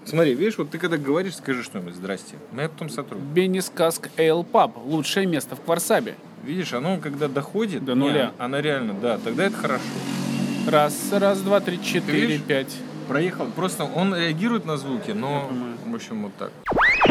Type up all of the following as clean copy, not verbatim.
Смотри, видишь, вот ты когда говоришь, скажи что-нибудь, здрасте. Но я потом сотру. Беннис Каск Эйл Паб. Лучшее место в Кварсабе. Видишь, оно когда доходит до нуля. Она реально, да, тогда это хорошо. Раз, два, три, четыре, пять. Проехал. Просто он реагирует на звуки, но, в общем, вот так.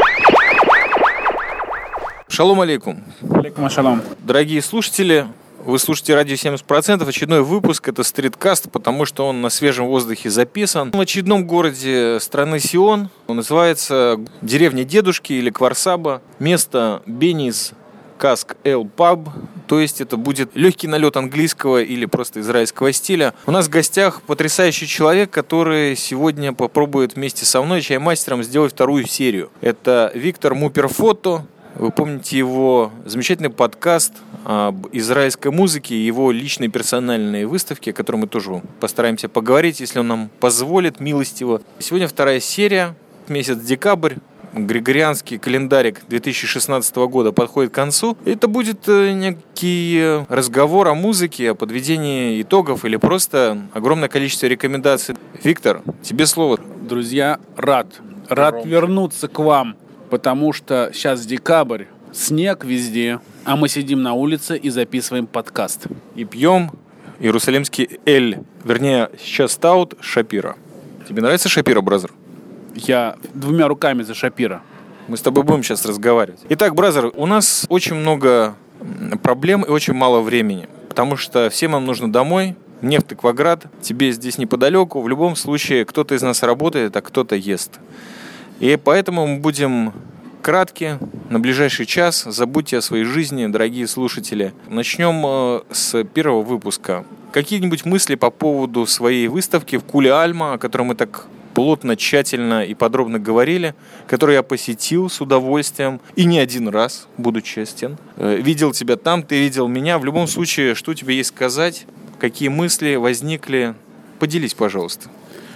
Шалом алейкум. Алейкум ашалом. Дорогие слушатели, вы слушаете радио 70%. Очередной выпуск, это стриткаст, потому что он на свежем воздухе записан. В очередном городе страны Сион. Он называется деревня Дедушки или Кварсаба. Место Беннис Каск Эйл Паб. То есть это будет легкий налет английского или просто израильского стиля. У нас в гостях потрясающий человек, который сегодня попробует вместе со мной, чаймастером, сделать вторую серию. Это Виктор Муперфото. Вы помните его замечательный подкаст об израильской музыке и его личные персональные выставки, о которой мы тоже постараемся поговорить, если он нам позволит, милостиво. Сегодня вторая серия, месяц декабрь, григорианский календарик 2016 года подходит к концу. Это будет некий разговор о музыке, о подведении итогов или просто огромное количество рекомендаций. Виктор, тебе слово. Друзья, рад вернуться к вам. Потому что сейчас декабрь, снег везде, а мы сидим на улице и записываем подкаст. И пьем иерусалимский эль, вернее, сейчас стаут Шапира. Тебе нравится Шапира, бразер? Я двумя руками за Шапира. Мы с тобой будем сейчас разговаривать. Итак, бразер, у нас очень много проблем и очень мало времени, потому что всем нам нужно домой. Мне в Тыкваград, тебе здесь неподалеку. В любом случае, кто-то из нас работает, а кто-то ест. И поэтому мы будем кратки на ближайший час. Забудьте о своей жизни, дорогие слушатели. Начнем с первого выпуска. Какие-нибудь мысли по поводу своей выставки в Куле Альма, о которой мы так плотно, тщательно и подробно говорили, которую я посетил с удовольствием и не один раз, буду честен. Видел тебя там, ты видел меня. В любом случае, что тебе есть сказать? Какие мысли возникли? Поделись, пожалуйста.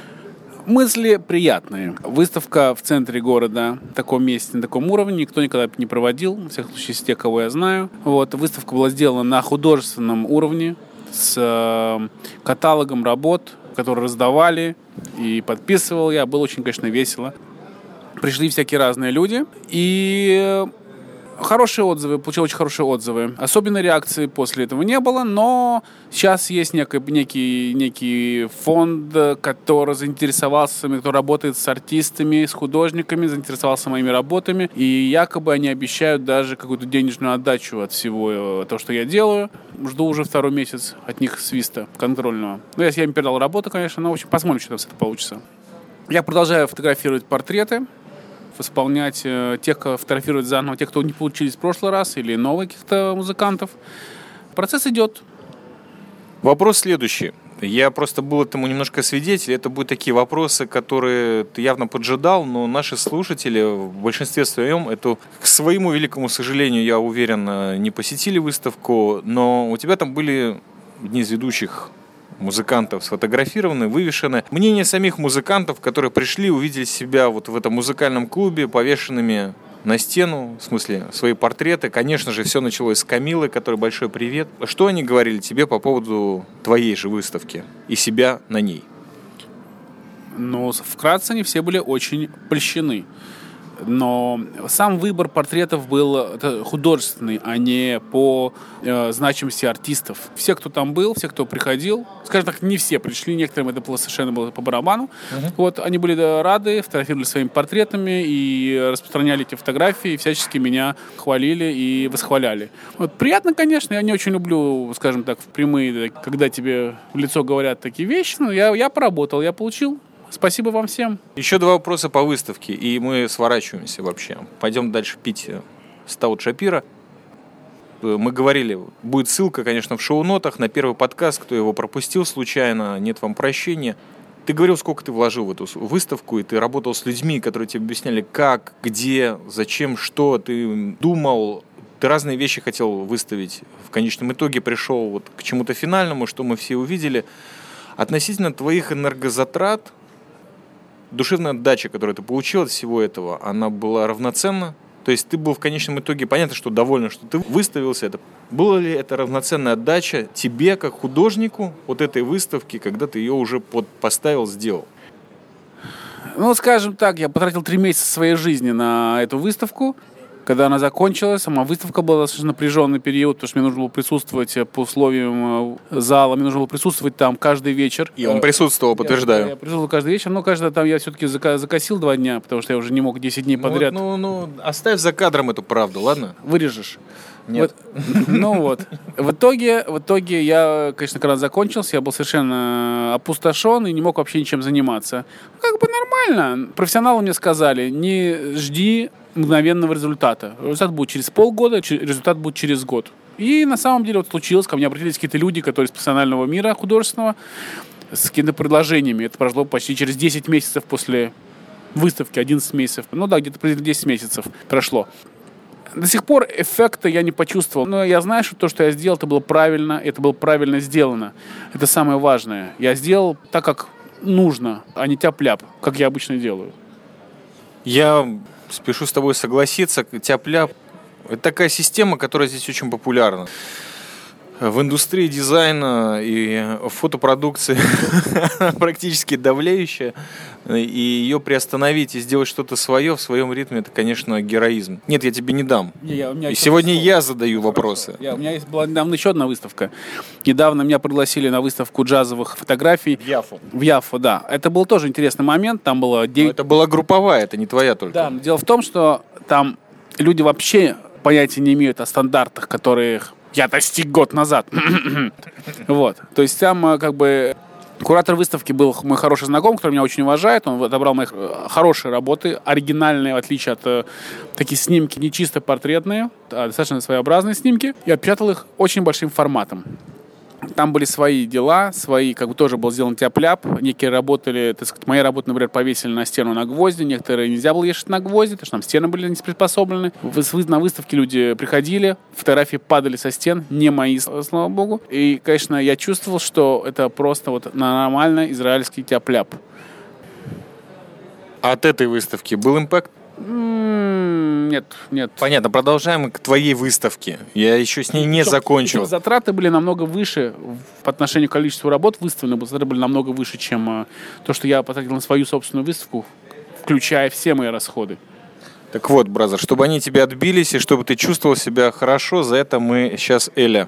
Мысли приятные. Выставка в центре города, в таком месте, на таком уровне, никто никогда не проводил, во всяком случае, из тех, кого я знаю. Выставка была сделана на художественном уровне, с каталогом работ, которые раздавали и подписывал я. Было очень, конечно, весело. Пришли всякие разные люди, и хорошие отзывы, получил очень хорошие отзывы. Особенной реакции после этого не было, но сейчас есть некий фонд, который заинтересовался, который работает с артистами, с художниками, заинтересовался моими работами, и якобы они обещают даже какую-то денежную отдачу от всего того, что я делаю. Жду уже второй месяц от них свиста контрольного. Ну, я им передал работу, конечно, но в общем посмотрим, что там с этого получится. Я продолжаю фотографировать портреты, исполнять тех, фотографировать заново тех, кто не получились в прошлый раз, или новых каких-то музыкантов. Процесс идет. Вопрос следующий. Я просто был этому немножко свидетель. Это будут такие вопросы, которые ты явно поджидал, но наши слушатели в большинстве своем, это, к своему великому сожалению, я уверен, не посетили выставку, но у тебя там были одни из ведущих музыкантов сфотографированы, вывешены. Мнение самих музыкантов, которые пришли, увидели себя вот в этом музыкальном клубе, повешенными на стену, в смысле, свои портреты. Конечно же, все началось с Камилы, которой большой привет. Что они говорили тебе по поводу твоей же выставки и себя на ней? Ну, вкратце они все были очень польщены. Но сам выбор портретов был художественный, а не по значимости артистов. Все, кто там был, все, кто приходил, скажем так, не все пришли, некоторым это было совершенно было по барабану. Они были рады, фотографировали своими портретами и распространяли эти фотографии, и всячески меня хвалили и восхваляли. Приятно, конечно, я не очень люблю, скажем так, в прямые, когда тебе в лицо говорят такие вещи, но я поработал, я получил. Спасибо вам всем. Еще два вопроса по выставке, и мы сворачиваемся вообще. Пойдем дальше пить стаут Шапира. Мы говорили, будет ссылка, конечно, в шоу-нотах на первый подкаст. Кто его пропустил случайно, нет вам прощения. Ты говорил, сколько ты вложил в эту выставку, и ты работал с людьми, которые тебе объясняли, как, где, зачем, что. Ты думал, ты разные вещи хотел выставить. В конечном итоге пришел вот к чему-то финальному, что мы все увидели. Относительно твоих энергозатрат, душевная отдача, которую ты получил от всего этого, она была равноценна? То есть ты был в конечном итоге, понятно, что доволен, что ты выставился. Была ли это равноценная отдача тебе, как художнику, от этой выставки, когда ты ее уже поставил, сделал? Ну, скажем так, я потратил 3 месяца своей жизни на эту выставку. Когда она закончилась, сама выставка была достаточно напряженный период, потому что мне нужно было присутствовать по условиям зала, мне нужно было присутствовать там каждый вечер. И он присутствовал, подтверждаю. Я присутствовал каждый вечер, но каждый там я все-таки закосил 2 дня, потому что я уже не мог 10 дней подряд. Оставь за кадром эту правду, ладно? Вырежешь. Нет. В итоге я, конечно, когда закончился, я был совершенно опустошен и не мог вообще ничем заниматься. Как бы нормально. Профессионалы мне сказали, не жди мгновенного результата. Результат будет через полгода, результат будет через год. И на самом деле вот случилось, ко мне обратились какие-то люди, которые из профессионального мира художественного, с какими-то предложениями. Это прошло почти через 10 месяцев после выставки, 11 месяцев. Где-то 10 месяцев прошло. До сих пор эффекта я не почувствовал. Но я знаю, что то, что я сделал, это было правильно сделано. Это самое важное. Я сделал так, как нужно, а не тяп-ляп, как я обычно делаю. Я спешу с тобой согласиться. Тяп-ляп – это такая система, которая здесь очень популярна. В индустрии дизайна и фотопродукции практически давляющая. И ее приостановить и сделать что-то свое в своем ритме – это, конечно, героизм. Нет, я тебе не дам. И сегодня я задаю вопросы. У меня была недавно еще одна выставка. Недавно меня пригласили на выставку джазовых фотографий. В Яффу, да. Это был тоже интересный момент. Там было 9... Но это была групповая, это не твоя только. Да, но дело в том, что там люди вообще понятия не имеют о стандартах, которых я достиг год назад. Вот. То есть там куратор выставки был мой хороший знакомый, который меня очень уважает. Он отобрал мои хорошие работы, оригинальные, в отличие от такие снимки, не чисто портретные, а достаточно своеобразные снимки. И отпечатал их очень большим форматом. Там были свои дела, тоже был сделан тяп-ляп. Некие работали, мои работы, например, повесили на стену на гвозди, некоторые нельзя было вешать на гвозди, потому что там стены были не приспособлены. На выставке люди приходили, фотографии падали со стен, не мои, слава богу. И, конечно, я чувствовал, что это просто нормальный израильский тяп-ляп. А от этой выставки был импакт? Нет. Понятно, продолжаем к твоей выставке. Я еще с ней не закончил. Затраты были намного выше по отношению к количеству работ выставленных. Затраты были намного выше, чем то, что я потратил на свою собственную выставку, включая все мои расходы. Так вот, бразер, чтобы они тебя отбились и чтобы ты чувствовал себя хорошо, за это мы сейчас Эля.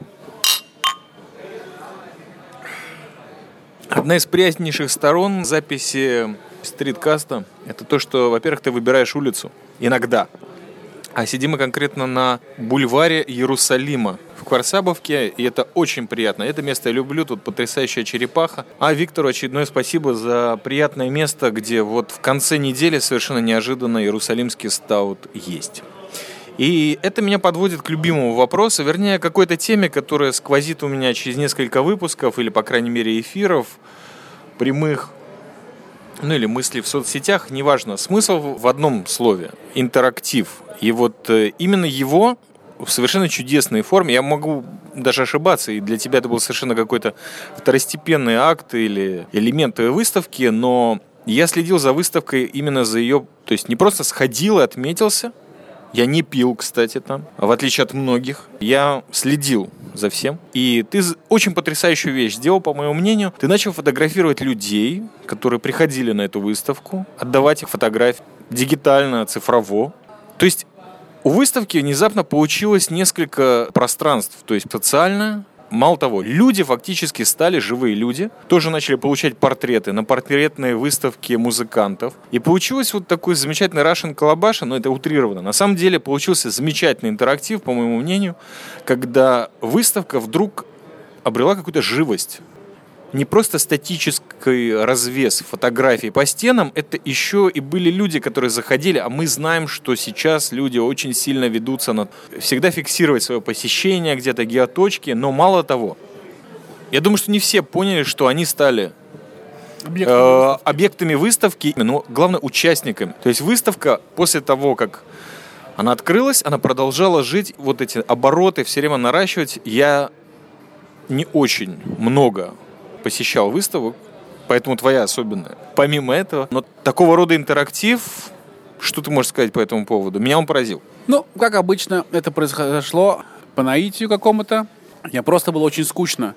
Одна из приятнейших сторон записи стриткаста – это то, что, во-первых, ты выбираешь улицу. Иногда. А сидим мы конкретно на бульваре Иерусалима в Кварсабовке, и это очень приятно. Это место я люблю, тут потрясающая черепаха. А Виктору очередное спасибо за приятное место, где вот в конце недели совершенно неожиданно иерусалимский стаут есть. И это меня подводит к любимому вопросу, вернее, какой-то теме, которая сквозит у меня через несколько выпусков, или, по крайней мере, эфиров, прямых, или мысли в соцсетях, неважно. Смысл в одном слове – интерактив. И вот именно его в совершенно чудесной форме, я могу даже ошибаться, и для тебя это был совершенно какой-то второстепенный акт или элемент твоей выставки, но я следил за выставкой именно за ее, то есть не просто сходил и отметился, я не пил, кстати, там, в отличие от многих. Я следил за всем. И ты очень потрясающую вещь сделал, по моему мнению. Ты начал фотографировать людей, которые приходили на эту выставку, отдавать их фотографии дигитально, цифрово. То есть у выставки внезапно получилось несколько пространств. То есть социальное. Мало того, люди фактически стали, живые люди, тоже начали получать портреты на портретные выставки музыкантов. И получилось вот такой замечательный Russian коллабаш, но это утрировано. На самом деле получился замечательный интерактив, по моему мнению, когда выставка вдруг обрела какую-то живость. Не просто статический развес фотографий по стенам, это еще и были люди, которые заходили, а мы знаем, что сейчас люди очень сильно ведутся на всегда фиксировать свое посещение, где-то геоточки, но мало того, я думаю, что не все поняли, что они стали объектами выставки, но главное участниками. То есть выставка после того, как она открылась, она продолжала жить, вот эти обороты все время наращивать. Я не очень много посещал выставок, поэтому твоя особенная. Помимо этого, но такого рода интерактив, что ты можешь сказать по этому поводу? Меня он поразил. Ну, как обычно, это произошло по наитию какому-то. Мне просто было очень скучно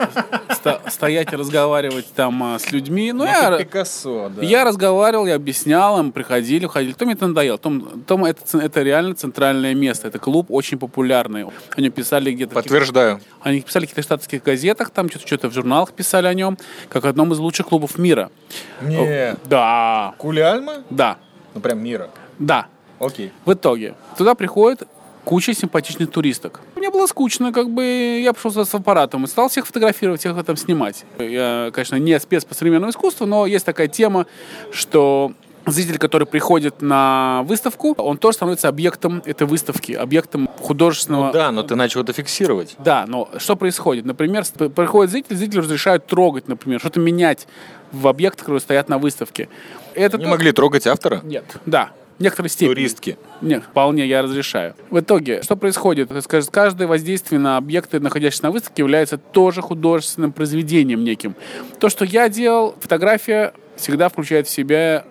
стоять и разговаривать там с людьми. Ну, Пикассо, да. я разговаривал, я объяснял им, приходили, уходили. То мне это надоело. Том это реально центральное место. Это клуб очень популярный. Они писали где-то... Подтверждаю. Они писали в каких-то штатских газетах, там что-то в журналах писали о нем, как о одном из лучших клубов мира. Нет. Да. Кулиальма? Да. Ну, прям мира. Да. Окей. В итоге туда приходит куча симпатичных туристок. Мне было скучно, я пришел с аппаратом и стал всех фотографировать, всех там снимать. Я, конечно, не спец по современному искусству, но есть такая тема, что зритель, который приходит на выставку, он тоже становится объектом этой выставки, объектом художественного... Ну да, но ты начал это фиксировать. Да, но что происходит? Например, приходит зрителю разрешают трогать, например, что-то менять в объектах, которые стоят на выставке. Не могли трогать автора? Нет, да. В некоторой степени. Туристки. Нет, вполне я разрешаю. В итоге, что происходит? Каждое воздействие на объекты, находящиеся на выставке, является тоже художественным произведением неким. То, что я делал, фотография всегда включает в себя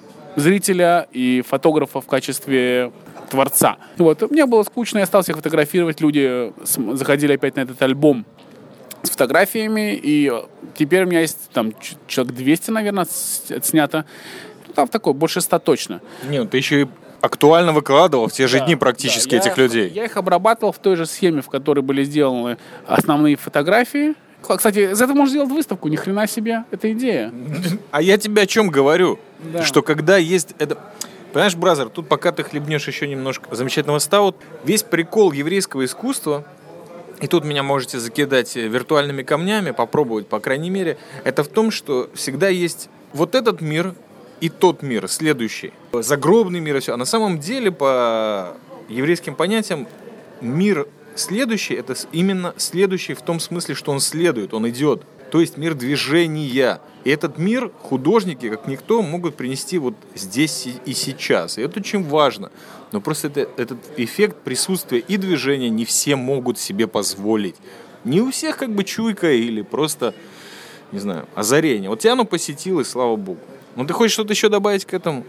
зрителя и фотографа в качестве творца. Вот. Мне было скучно, я стал всех фотографировать. Люди заходили опять на этот альбом с фотографиями, и теперь у меня есть там человек 200, наверное, снято. Там такое, больше 100 точно. Не, ты еще и актуально выкладывал в те же дни практически этих людей. Я их обрабатывал в той же схеме, в которой были сделаны основные фотографии. Кстати, из этого можно сделать выставку, ни хрена себе, это идея. А я тебе о чем говорю? Да. Что когда есть это... Понимаешь, бразер, тут пока ты хлебнешь еще немножко замечательного стаут, весь прикол еврейского искусства, и тут меня можете закидать виртуальными камнями, попробовать, по крайней мере, это в том, что всегда есть вот этот мир, и тот мир, следующий. Загробный мир и все. А на самом деле, по еврейским понятиям, мир следующий, это именно следующий в том смысле, что он следует, он идет. То есть мир движения. И этот мир художники, как никто, могут принести вот здесь и сейчас. И это очень важно. Но просто этот эффект присутствия и движения не все могут себе позволить. Не у всех как бы чуйка или просто, не знаю, озарение. Вот тебя оно посетило, и слава богу. Ну, ты хочешь что-то еще добавить к этому?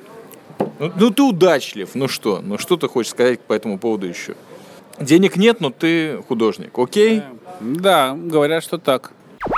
Ну, ты удачлив. Ну, что ты хочешь сказать по этому поводу еще? Денег нет, но ты художник. Окей? Да, говорят, что так.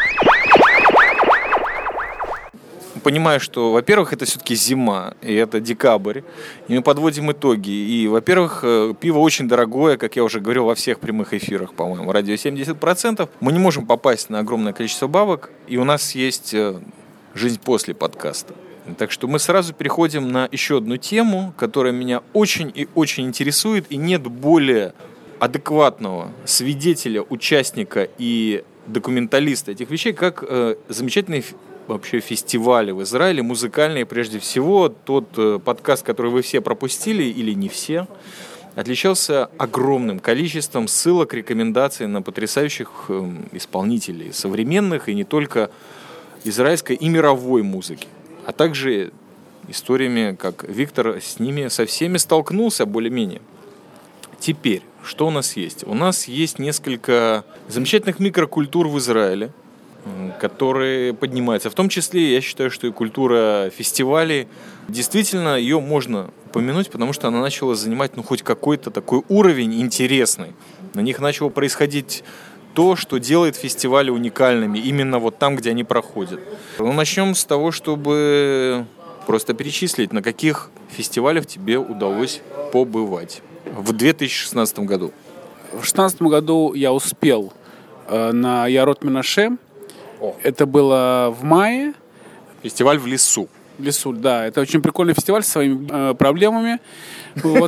Понимаю, что, во-первых, это все-таки зима, и это декабрь, и мы подводим итоги. И, во-первых, пиво очень дорогое, как я уже говорил во всех прямых эфирах, по-моему, радио 70%. Мы не можем попасть на огромное количество бабок, и у нас есть жизнь после подкаста. Так что мы сразу переходим на еще одну тему, которая меня очень и очень интересует, и нет более адекватного свидетеля, участника и документалиста этих вещей, как замечательные вообще фестивали в Израиле, музыкальные прежде всего. Тот подкаст, который вы все пропустили, или не все, отличался огромным количеством ссылок, рекомендаций на потрясающих исполнителей, современных и не только израильской и мировой музыки, а также историями, как Виктор с ними со всеми столкнулся более-менее. Теперь, что у нас есть? У нас есть несколько замечательных микрокультур в Израиле, которые поднимаются. В том числе, я считаю, что и культура фестивалей, действительно, ее можно упомянуть, потому что она начала занимать, хоть какой-то такой уровень интересный. На них начало происходить то, что делает фестивали уникальными, именно вот там, где они проходят. Начнем с того, чтобы просто перечислить, на каких фестивалях тебе удалось побывать в 2016 году. В 2016 году я успел на Ярот Менаше. Это было в мае. Фестиваль в лесу. В лесу, да. Это очень прикольный фестиваль со своими проблемами. Вот.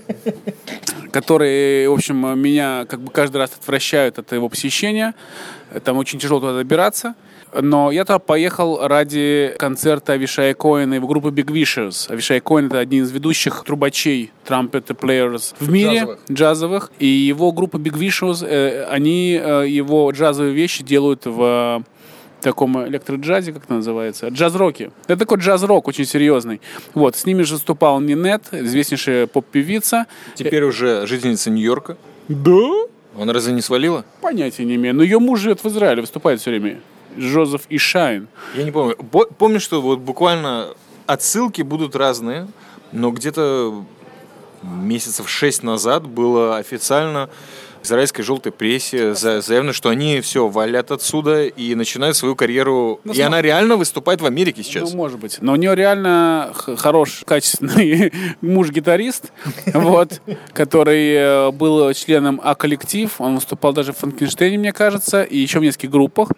Которые, в общем, меня как бы каждый раз отвращают от его посещения. Там очень тяжело туда добираться. Но я туда поехал ради концерта Авишая Коэна и его группы Big Vicious. Авишай Коэн — это один из ведущих трубачей, trumpet players в мире, джазовых. И его группа Big Vicious, они его джазовые вещи делают в таком электроджазе, как это называется, джаз-роке. Это такой джаз-рок очень серьезный. Вот, с ними же выступал Нинет, известнейшая поп-певица. Теперь уже жительница Нью-Йорка. Да? Она разве не свалила? Понятия не имею. Но ее муж живет в Израиле, выступает все время. Джозеф Ишайн. Я не помню. Помню, что вот буквально отсылки будут разные, но где-то месяцев 6 назад было официально израильской желтой прессе заявлено, что они все валят отсюда и начинают свою карьеру. И она реально выступает в Америке сейчас. Ну, может быть. Но у нее реально хороший, качественный муж-гитарист, вот, который был членом А-коллектив. Он выступал даже в Франкенштейне, мне кажется, и еще в нескольких группах.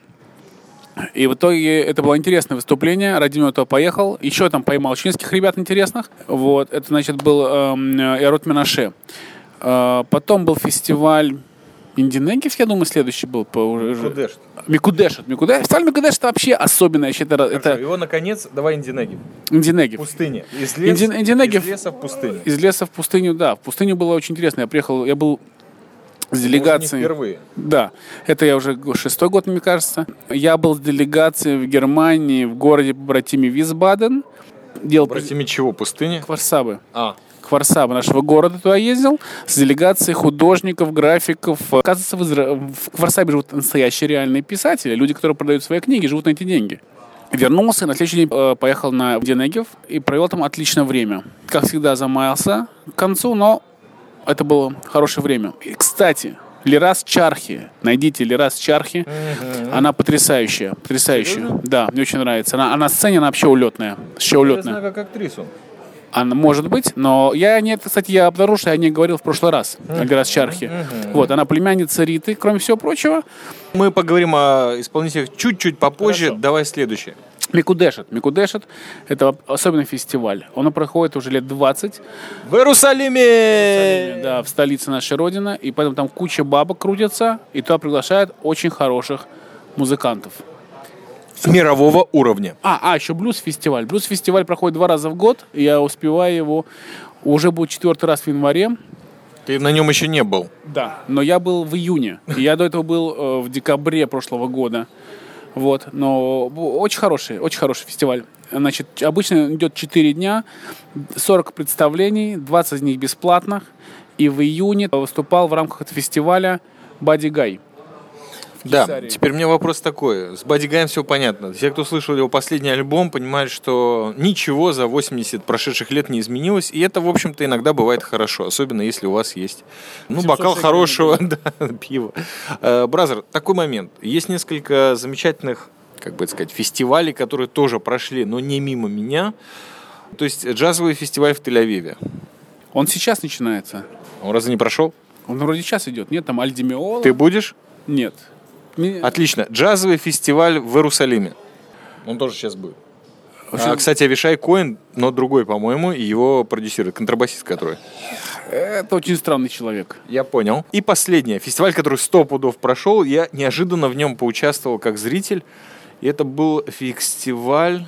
И в итоге это было интересное выступление. Ради него туда поехал. Еще там поймал чеченских ребят интересных. Вот. Это, значит, был Эрот Менаше. Потом был фестиваль Индинегев, я думаю, следующий был. Микудешет. Фестиваль Микудешет это вообще особенно. Это... Его, наконец, давай Индинегев. Индинегев. Пустыня. Из леса в пустыню. Из леса в пустыню, да. В пустыню было очень интересно. Я был с делегацией. Не впервые. Да, это я уже 6-й год, мне кажется. Я был с делегацией в Германии, в городе побратиме Висбаден. Побратиме чего? Пустыни? Кварсабы. Кварсабы нашего города туда ездил с делегацией художников, графиков. Оказывается, в Кварсабе живут настоящие реальные писатели, люди, которые продают свои книги, живут на эти деньги. Вернулся, на следующий день поехал на Индинегев и провел там отличное время. Как всегда, замаялся к концу, но это было хорошее время. И, кстати, Лирас Чархи. Найдите Лирас Чархи. Она потрясающая. Серьезно? Да, мне очень нравится. Она на сцене, она вообще улетная. Я знаю, как актрису. Она может быть, но я обнаружил, что я не говорил в прошлый раз о Лирас Чархи. Вот, она племянница Риты, кроме всего прочего. Мы поговорим о исполнителях чуть-чуть попозже. Хорошо. Давай следующее. Микудешет – это особенный фестиваль. Он проходит уже лет 20. В Иерусалиме! Да, в столице нашей Родины. И поэтому там куча бабок крутятся. И туда приглашают очень хороших музыкантов. Мирового уровня. Еще блюз-фестиваль. Блюз-фестиваль проходит 2 раза в год. И я успеваю его. Уже будет 4-й раз в январе. Ты на нем еще не был? Да, но я был в июне. И я до этого был в декабре прошлого года. Вот, но очень хороший фестиваль. Значит, обычно идет 4 дня, 40 представлений, 20 из них бесплатных. И в июне выступал в рамках этого фестиваля Бадди Гай. Да, теперь у меня вопрос такой. С Бадди Гаем все понятно. Те, кто слышал его последний альбом, понимают, что ничего за 80 прошедших лет не изменилось. И это, в общем-то, иногда бывает хорошо. Особенно, если у вас есть бокал хорошего пива. Бразер, такой момент. Есть несколько замечательных, фестивалей, которые тоже прошли, но не мимо меня. То есть джазовый фестиваль в Тель-Авиве. Он сейчас начинается. Он разве не прошел? Он вроде сейчас идет. Нет, там Альдимеола. Ты будешь? Нет. Отлично. Джазовый фестиваль в Иерусалиме. Он тоже сейчас будет. Кстати, Авишай Коэн, но другой, по-моему, и его продюсирует, контрабасист который. Это очень странный человек. Я понял. И последнее. Фестиваль, который 100 пудов прошел, я неожиданно в нем поучаствовал как зритель. И это был фестиваль...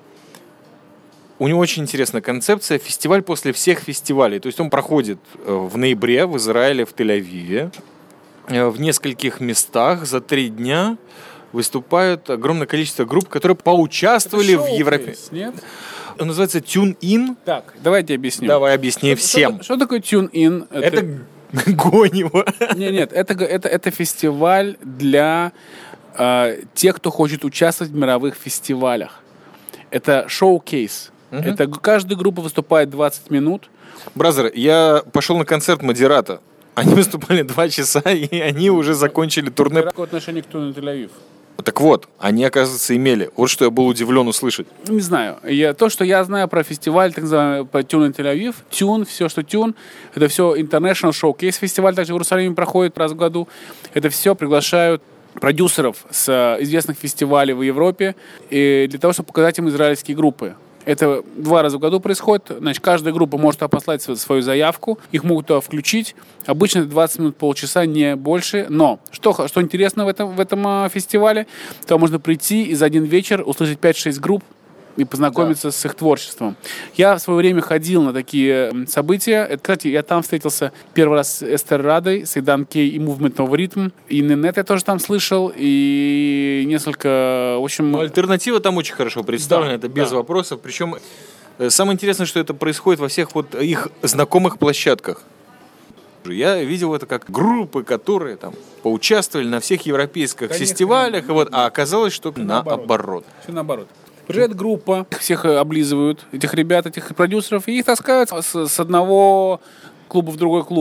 У него очень интересная концепция. Фестиваль после всех фестивалей. То есть он проходит в ноябре в Израиле, в Тель-Авиве. В нескольких местах за 3 дня выступают огромное количество групп, которые поучаствовали в Европе. Нет? Он называется Tune In. Так, давайте объясню. Давай объясни всем. Что такое Tune In? Это гонево. Нет, это фестиваль для тех, кто хочет участвовать в мировых фестивалях. Это шоу-кейс. Это каждая группа выступает 20 минут. Бразер, я пошел на концерт Модерата. Они выступали 2 часа, и они уже закончили турне. Какое отношение к Туну Тель-Авив? Так вот, они, оказывается, имели. Вот что я был удивлен услышать. Не знаю. То, что я знаю про фестиваль, так называемый по Тюн Тель-Авив, Тюн, все, что Тюн, это все International Showcase фестиваль, также в Иерусалиме проходит раз в году. Это все приглашают продюсеров с известных фестивалей в Европе и для того, чтобы показать им израильские группы. Это 2 раза в году происходит. Значит, каждая группа может туда послать свою заявку. Их могут туда включить. Обычно это 20 минут, полчаса, не больше. Но что интересно в этом фестивале, то можно прийти и за один вечер услышать 5-6 групп и познакомиться с их творчеством. Я в свое время ходил на такие события. Кстати, я там встретился первый раз с Эстер Радой, с Эйдан Кей и Movement of Rhythm. И Ненет я тоже там слышал. И несколько... В общем... Альтернатива там очень хорошо представлена, это без вопросов. Причем самое интересное, что это происходит во всех их знакомых площадках. Я видел это как группы, которые там поучаствовали на всех европейских фестивалях, а оказалось, что наоборот. Все наоборот. Приезжает группа, всех облизывают, этих ребят, этих продюсеров, и их таскают с одного клуба в другой клуб.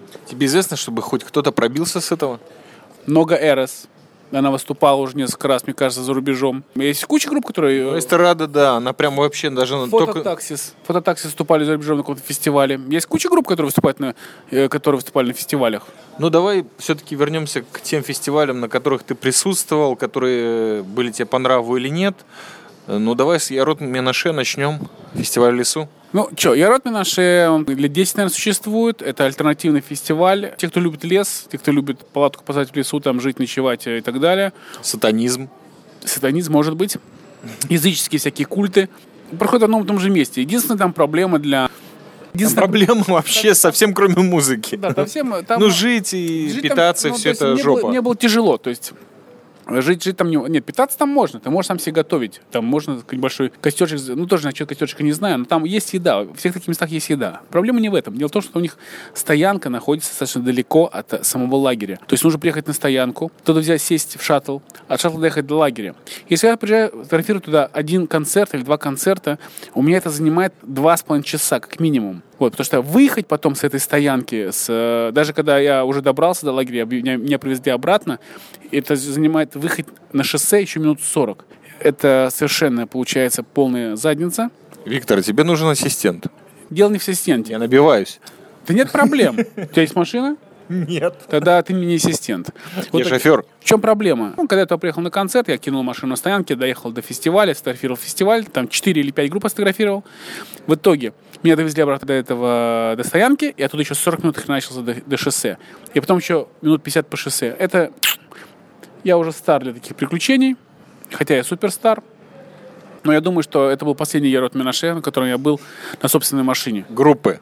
Тебе известно, чтобы хоть кто-то пробился с этого? Много Эрос. Она выступала уже несколько раз, мне кажется, за рубежом. Есть куча групп, которые... Эстрада, да, она прям вообще даже... Фототаксис. Фототаксис выступали за рубежом на каком-то фестивале. Есть куча групп, которые выступали на фестивалях. Ну, давай все-таки вернемся к тем фестивалям, на которых ты присутствовал, которые были тебе по нраву или нет. Ну, давай с Ярод Менаше начнем. Фестиваль в лесу. Ну, что, Ярод Менаше, он лет 10, наверное, существует. Это альтернативный фестиваль. Те, кто любит лес, те, кто любит палатку поставить в лесу, там жить, ночевать и так далее. Сатанизм. Сатанизм, может быть. Языческие всякие культы. Проходят в одном и том же месте. Единственная там проблема для... Проблема вообще совсем кроме музыки. Да, там ну, жить и питаться, там, все это жопа. Мне было тяжело, то есть... Жить там не... Нет, питаться там можно. Ты можешь сам себе готовить. Там можно большой костерчик... Ну, тоже насчет костерчика не знаю, но там есть еда. Во всех таких местах есть еда. Проблема не в этом. Дело в том, что у них стоянка находится достаточно далеко от самого лагеря. То есть нужно приехать на стоянку, туда взять, сесть в шаттл, от шаттла доехать до лагеря. Если я приезжаю, фотографирую туда один концерт или два концерта, у меня это занимает 2,5 часа, как минимум. Вот, потому что выехать потом с этой стоянки, даже когда я уже добрался до лагеря, меня привезли обратно, это занимает выехать на шоссе еще минут 40. Это совершенно, получается, полная задница. Виктор, тебе нужен ассистент. Дело не в ассистенте. Я набиваюсь. Да нет проблем. У тебя есть машина? Нет. Тогда ты мне не ассистент. Я шофер. В чем проблема? Ну, когда я туда приехал на концерт, я кинул машину на стоянке, доехал до фестиваля, сфотографировал фестиваль, там 4 или 5 групп сфотографировал. В итоге меня довезли обратно до стоянки, и оттуда еще 40 минут начался до шоссе. И потом еще минут 50 по шоссе. Это... Я уже стар для таких приключений, хотя я суперстар. Но я думаю, что это был последний Ярод Менаше, на котором я был на собственной машине. Группы.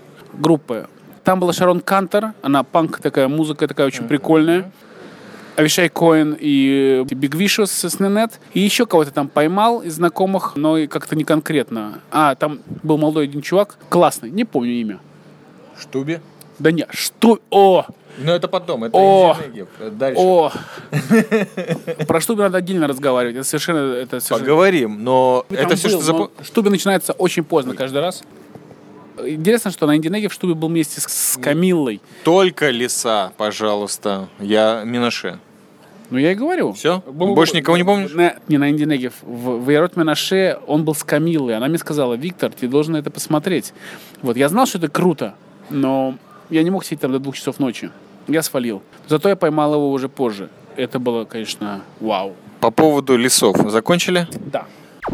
Там была Шарон Кантер, она панк, такая музыка такая очень прикольная. Авишай Коэн и Биг Вишус с Ненет. И еще кого-то там поймал из знакомых, но и как-то не конкретно. Там был молодой один чувак, классный, не помню имя. Штуби? Да нет, Ну, это потом, это Индия. Дальше. Про Штуби надо отдельно разговаривать. Это совершенно... Поговорим, но это все, что... Штуби начинается очень поздно каждый раз. Интересно, что на Индинеге в Штубе был вместе с Камиллой. Только леса, пожалуйста. Я Менаше. Ну, я и говорю. Все? Больше никого не помнишь? Не на Индинеге. В Ярод Менаше он был с Камиллой. Она мне сказала: Виктор, ты должен это посмотреть. Вот, я знал, что это круто, но я не мог сидеть там до 2 часов ночи. Я свалил. Зато я поймал его уже позже. Это было, конечно, вау. По поводу лесов. Закончили? Да.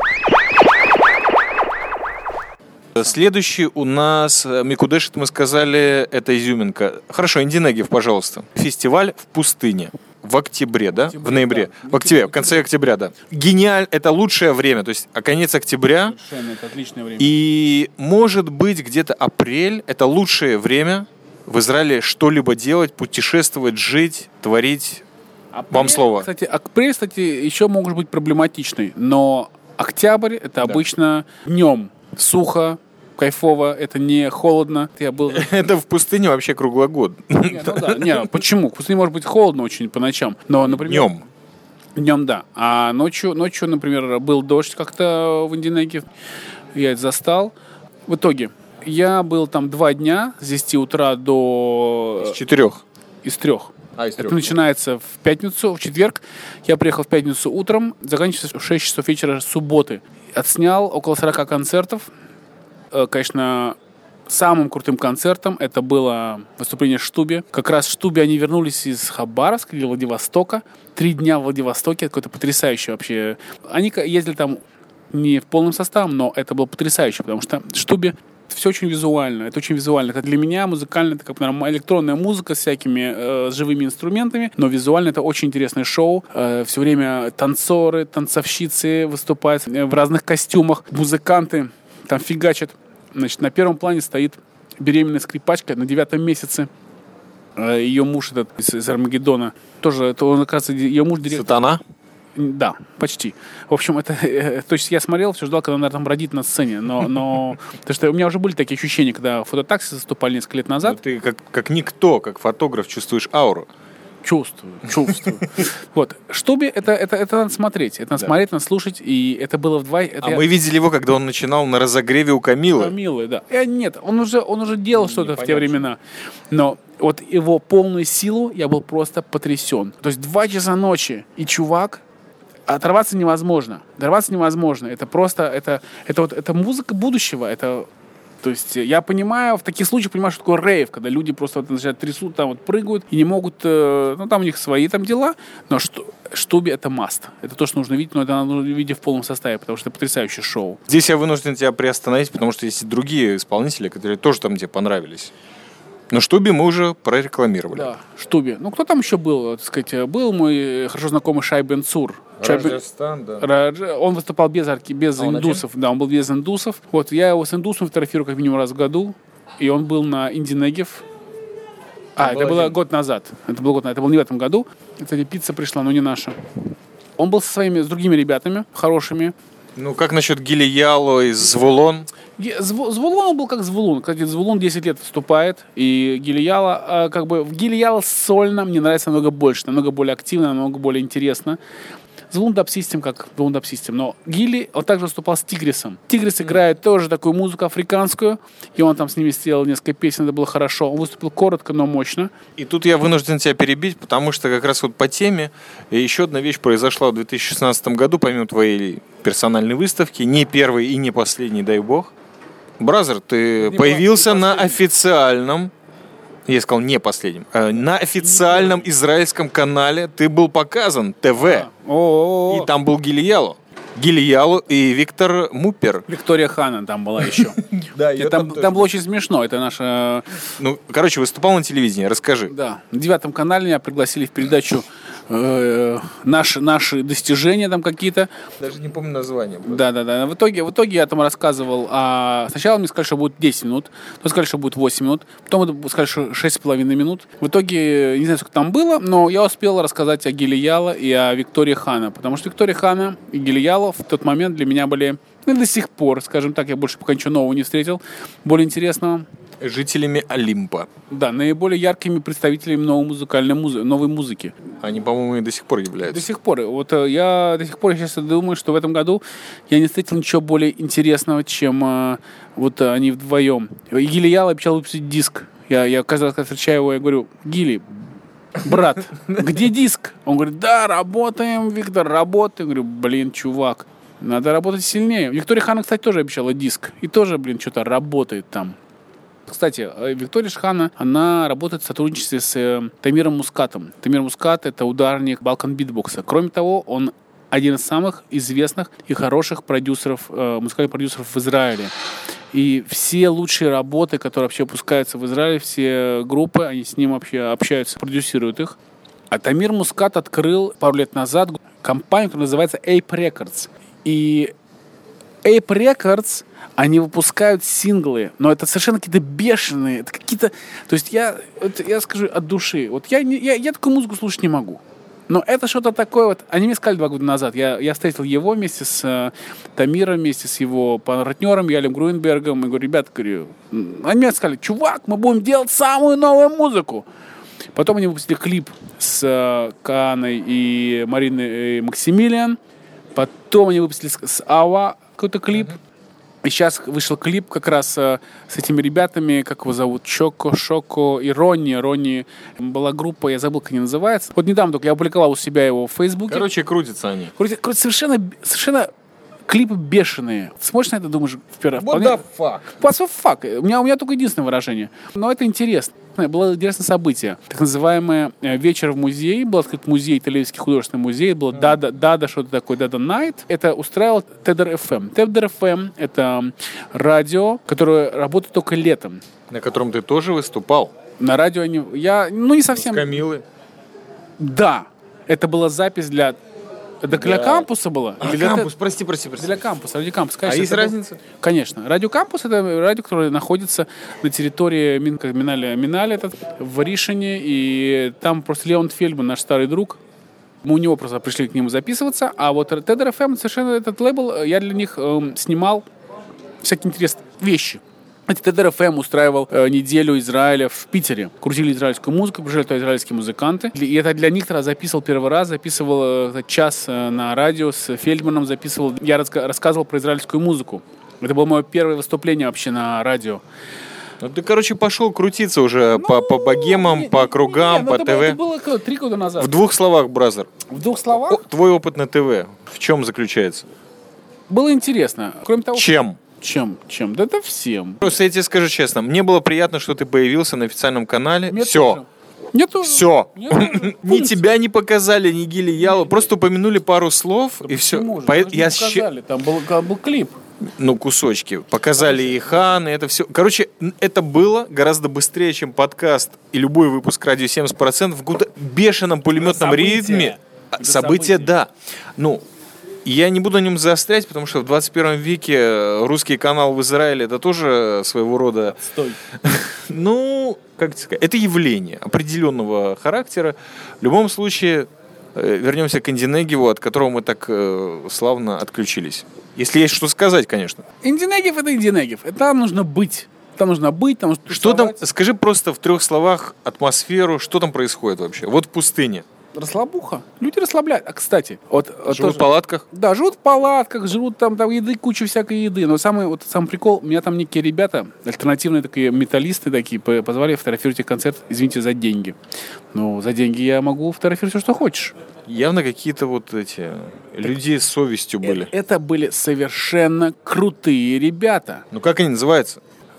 Следующий у нас Микудеш, это мы сказали, это изюминка. Хорошо, Индинегев, пожалуйста. Фестиваль в пустыне. В октябре, да? В ноябре. Да. В октябре, в конце октября, да. Гениально, это лучшее время, то есть конец октября. Совершенно, это отличное время. И может быть где-то апрель, это лучшее время в Израиле что-либо делать, путешествовать, жить, творить. Вам слово. Апрель, кстати, еще может быть проблематичный, но октябрь это обычно днем. Сухо, кайфово, это не холодно. Это в пустыне вообще круглый год. Почему? В пустыне может быть холодно очень по ночам. Но, например, днем, да. А ночью, например, был дождь как-то в Индинеге. Я это застал. В итоге я был там 2 дня с 10 утра до... Из 4? Из 3. Это начинается в пятницу, в четверг. Я приехал в пятницу утром, заканчивается в 6 часов вечера субботы. Отснял около 40 концертов. Конечно, самым крутым концертом это было выступление в Штубе. Как раз в Штубе они вернулись из Хабаровска или Владивостока. 3 дня в Владивостоке. Это какое-то потрясающее вообще. Они ездили там не в полном составе, но это было потрясающе, потому что в Штубе все очень визуально. Это очень визуально. Это для меня музыкально, это как электронная музыка с всякими живыми инструментами, но визуально это очень интересное шоу. Все время танцоры, танцовщицы выступают в разных костюмах. Музыканты там фигачат. Значит, на первом плане стоит беременная скрипачка на 9 месяце. Ее муж этот из Армагеддона. Тоже, это он, оказывается, ее муж директор. Сатана? Да, почти. В общем, это... То есть я смотрел, все ждал, когда она там родит на сцене, но... Потому что у меня уже были такие ощущения, когда фототакси заступали несколько лет назад. Но ты как никто, как фотограф, чувствуешь ауру. Чувствую. Вот. Штуби, это надо смотреть. Это надо смотреть, надо слушать. И это было в 2... Мы видели его, когда он начинал на разогреве у Камилы. Камилы, да. Нет, он уже делал что-то в те времена. Но вот его полную силу я был просто потрясен. То есть 2 часа ночи, и чувак... Оторваться невозможно. Это просто... Это музыка будущего. То есть я понимаю, в таких случаях понимаю, что такое рейв, когда люди просто вот начинают трясут, там вот прыгают и не могут, там у них свои там дела, но Штуби это маст. Это то, что нужно видеть, но это нужно видеть в полном составе, потому что это потрясающее шоу. Здесь я вынужден тебя приостановить, потому что есть и другие исполнители, которые тоже там тебе понравились. Но Штуби мы уже прорекламировали. Да, Штуби. Ну, кто там еще был, так сказать, был мой хорошо знакомый Шай Бен Цур. Раджастан, да. Он выступал без индусов. Да, он был без индусов. Вот, я его с индусом фотографирую как минимум раз в году. И он был на Инди Негев. Это было год назад. Это был не в этом году. Кстати, пицца пришла, но не наша. Он был с другими ребятами хорошими. Ну, как насчет Гили Яло из Звулон? Звулон он был как Звулун. Кстати, Звулун 10 лет выступает, и Гилияла, в Гилияла сольно мне нравится намного больше, намного более активно, намного более интересно. Звулун Даб-систем, как Звулун Даб-систем. Но Гили, он также выступал с Тигрисом. Тигрис играет тоже такую музыку африканскую, и он там с ними сделал несколько песен, это было хорошо. Он выступил коротко, но мощно. И тут я вынужден тебя перебить, потому что как раз вот по теме еще одна вещь произошла в 2016 году, помимо твоей персональной выставки, не первой и не последней, дай бог. Бразер, ты появился на официальном, я сказал не последнем, на официальном израильском канале ты был показан, ТВ. И там был Гилияло и Виктор Мупер. Виктория Хана там была еще. Там было очень смешно. Это наша... выступал на телевидении, расскажи. Да, на 9 канале меня пригласили в передачу наши достижения там какие-то. Даже не помню название. Да. В итоге я там рассказывал. Сначала мне сказали, что будет 10 минут, потом сказали, что будет 8 минут, потом сказали, что 6,5 минут. В итоге, не знаю, сколько там было, но я успел рассказать о Гилияло и о Виктории Хана, потому что Виктория Хана и Гилияло в тот момент для меня были, до сих пор, скажем так, я больше пока ничего нового не встретил, более интересного. Жителями Олимпа. Да, наиболее яркими представителями новой музыки. Они, по-моему, и до сих пор являются. До сих пор. Вот я до сих пор сейчас думаю, что в этом году я не встретил ничего более интересного, чем вот они вдвоем. Гилияло обещал выпустить диск. Я каждый раз, когда встречаю его, я говорю: Гили, брат, где диск? Он говорит: да, работаем, Виктор, работаем. Я говорю: чувак, надо работать сильнее. Виктория Хана, кстати, тоже обещала диск. И тоже, что-то работает там. Кстати, Виктория Хана, она работает в сотрудничестве с Тамиром Мускатом. Тамир Мускат — это ударник Балкан битбокса. Кроме того, он один из самых известных и хороших музыкальных продюсеров в Израиле. И все лучшие работы, которые вообще выпускаются в Израиле, все группы, они с ним вообще общаются, продюсируют их. А Тамир Мускат открыл пару лет назад компанию, которая называется Ape Records. И Ape Records, они выпускают синглы, но это совершенно какие-то бешеные, это какие-то... То есть я скажу от души, вот я такую музыку слушать не могу. Но это что-то такое вот... Они мне сказали 2 года назад, я встретил его вместе с Тамиром, вместе с его партнером Ялем Груенбергом, и говорю: ребята, они мне сказали: чувак, мы будем делать самую новую музыку. Потом они выпустили клип с Кааной и Мариной Максимилиан. Потом они выпустили с Ава какой-то клип. И сейчас вышел клип как раз с этими ребятами, как его зовут, Шоко и Ронни. Ронни была группа, я забыл, как они называются. Вот недавно только я опубликовал у себя его в Фейсбуке. Крутятся они. Крутятся совершенно клипы бешеные. Смотришь на это, думаешь, What the fuck? What the fuck? У меня только единственное выражение. Но это интересно. Было интересное событие. Так называемый вечер в музее. Был открыт музей, Тель-Авивский художественный музей. Было Дада, что-то такое, Дада Найт. Это устраивал Тедер ФМ. Тедер ФМ — это радио, которое работает только летом. На котором ты тоже выступал? На радио не совсем... С Камилы? Да. Это была запись для кампуса была? Кампус, прости. Для кампуса, радиокампус. Конечно, есть разница? Конечно. Радиокампус — это радио, которое находится на территории Минале в Ришине, и там просто Леон Фельдман, наш старый друг, мы у него просто пришли к нему записываться, а вот Тедер ФМ, совершенно этот лейбл, я для них снимал всякие интересные вещи. ТДР-ФМ устраивал неделю Израиля в Питере. Крутили израильскую музыку, приезжали туда израильские музыканты. И это для них записывал первый раз, записывал час на радио с Фельдманом, записывал. Я рассказывал про израильскую музыку. Это было мое первое выступление вообще на радио. Ну, ты, короче, пошел крутиться уже по богемам, по кругам, по ТВ. Это было 3 года назад. В 2 словах, бразер. В 2 словах? Твой опыт на ТВ в чем заключается? Было интересно. Кроме того, Чем? Чем? Да это всем. Просто я тебе скажу честно, мне было приятно, что ты появился на официальном канале. Мне Все. тоже. Мне тоже. Все. Мне тоже. Ни тебя не показали, ни Гили Ялу. Просто упомянули пару слов, и все. Там был клип. Ну, кусочки. Показали и Хан, и это все. Короче, это было гораздо быстрее, чем подкаст и любой выпуск «Радио 70%» в каком-то бешеном пулеметном ритме. События, да. Ну, я не буду на нем заострять, потому что в 21 веке русский канал в Израиле — это тоже своего рода... Стой. Ну, как тебе сказать, это явление определенного характера. В любом случае, вернемся к Инди-Негеву, от которого мы так славно отключились. Если есть что сказать, конечно. Инди-Негев — это Инди-Негев. Там нужно быть. Там нужно Что там, скажи просто в 3 словах атмосферу, что там происходит вообще? Вот в пустыне. Расслабуха. Люди расслабляют. А, кстати, Живут в палатках? Да, живут в палатках, живут там еды, куча всякой еды. Но самый прикол, меня там некие ребята, альтернативные такие металлисты такие, позвали фотографировать их концерт, извините, за деньги. Ну, за деньги я могу фотографировать все, что хочешь. Явно какие-то вот эти люди с совестью были. Это были совершенно крутые ребята. Ну, как они называются?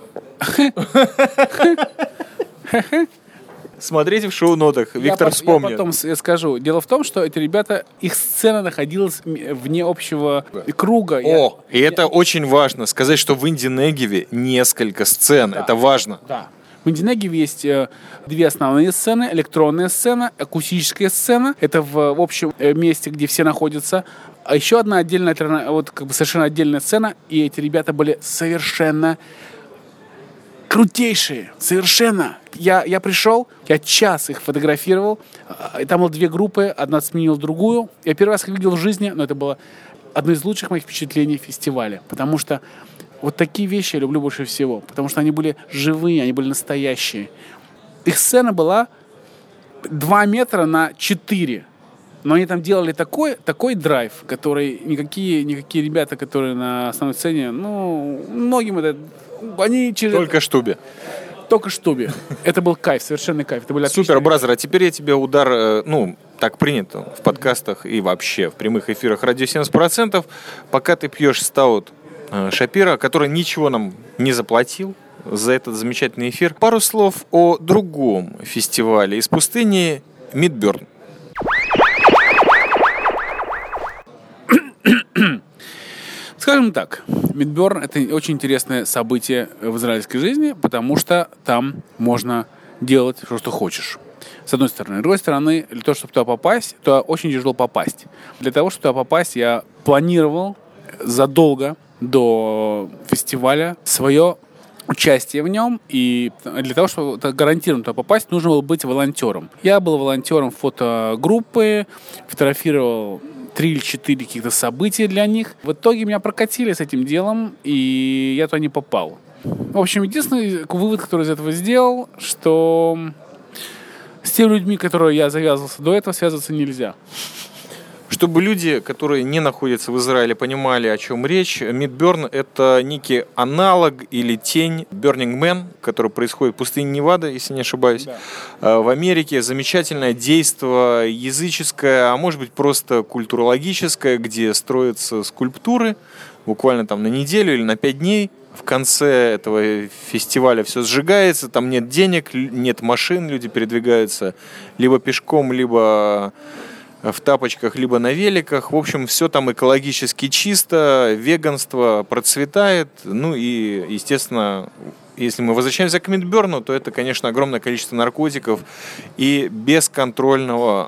Смотрите в шоу-нотах, Виктор вспомнит. Я потом скажу. Дело в том, что эти ребята, их сцена находилась вне общего круга. И это очень важно, сказать, что в Инди-Негеве несколько сцен. Да. Это важно. Да. В Инди-Негеве есть 2 основные сцены. Электронная сцена, акустическая сцена. Это в общем месте, где все находятся. А еще одна отдельная, совершенно отдельная сцена. И эти ребята были совершенно крутейшие. Совершенно. Я пришел, я час их фотографировал. И там было 2 группы, одна сменила другую. Я первый раз их видел в жизни, но это было одно из лучших моих впечатлений фестиваля. Потому что вот такие вещи я люблю больше всего. Потому что они были живые, они были настоящие. Их сцена была 2 метра на 4. Но они там делали такой драйв, который никакие ребята, которые на основной сцене, ну, многим это... Они через... Только штубе. Только штубе. Это был кайф, совершенный кайф. Это были Супер, бразер, а теперь я тебе удар, так принято в подкастах и вообще в прямых эфирах «Радио 70%», пока ты пьешь стаут Шапира, который ничего нам не заплатил за этот замечательный эфир. Пару слов о другом фестивале из пустыни Мидберн. Скажем так, Мидберн — это очень интересное событие в израильской жизни, потому что там можно делать все, что хочешь. С одной стороны. С другой стороны, для того, чтобы туда попасть, туда очень тяжело попасть. Для того, чтобы туда попасть, я планировал задолго до фестиваля свое участие в нем, и для того, чтобы гарантированно туда попасть, нужно было быть волонтером. Я был волонтером фотогруппы, фотографировал 3 или 4 каких-то события для них. В итоге меня прокатили с этим делом, и я туда не попал. В общем, единственный вывод, который из этого сделал, что с теми людьми, которые я завязывался до этого, связываться нельзя. Чтобы люди, которые не находятся в Израиле, понимали, о чем речь, Мидберн — это некий аналог или тень Burning Man, который происходит в пустыне Невада, если не ошибаюсь, да. В Америке. Замечательное действо языческое, а может быть просто культурологическое, где строятся скульптуры буквально там на неделю или на 5 дней. В конце этого фестиваля все сжигается, там нет денег, нет машин, люди передвигаются либо пешком, либо в тапочках, либо на великах. В общем, все там экологически чисто, веганство процветает. Ну и, естественно, если мы возвращаемся к Мидберну, то это, конечно, огромное количество наркотиков и бесконтрольного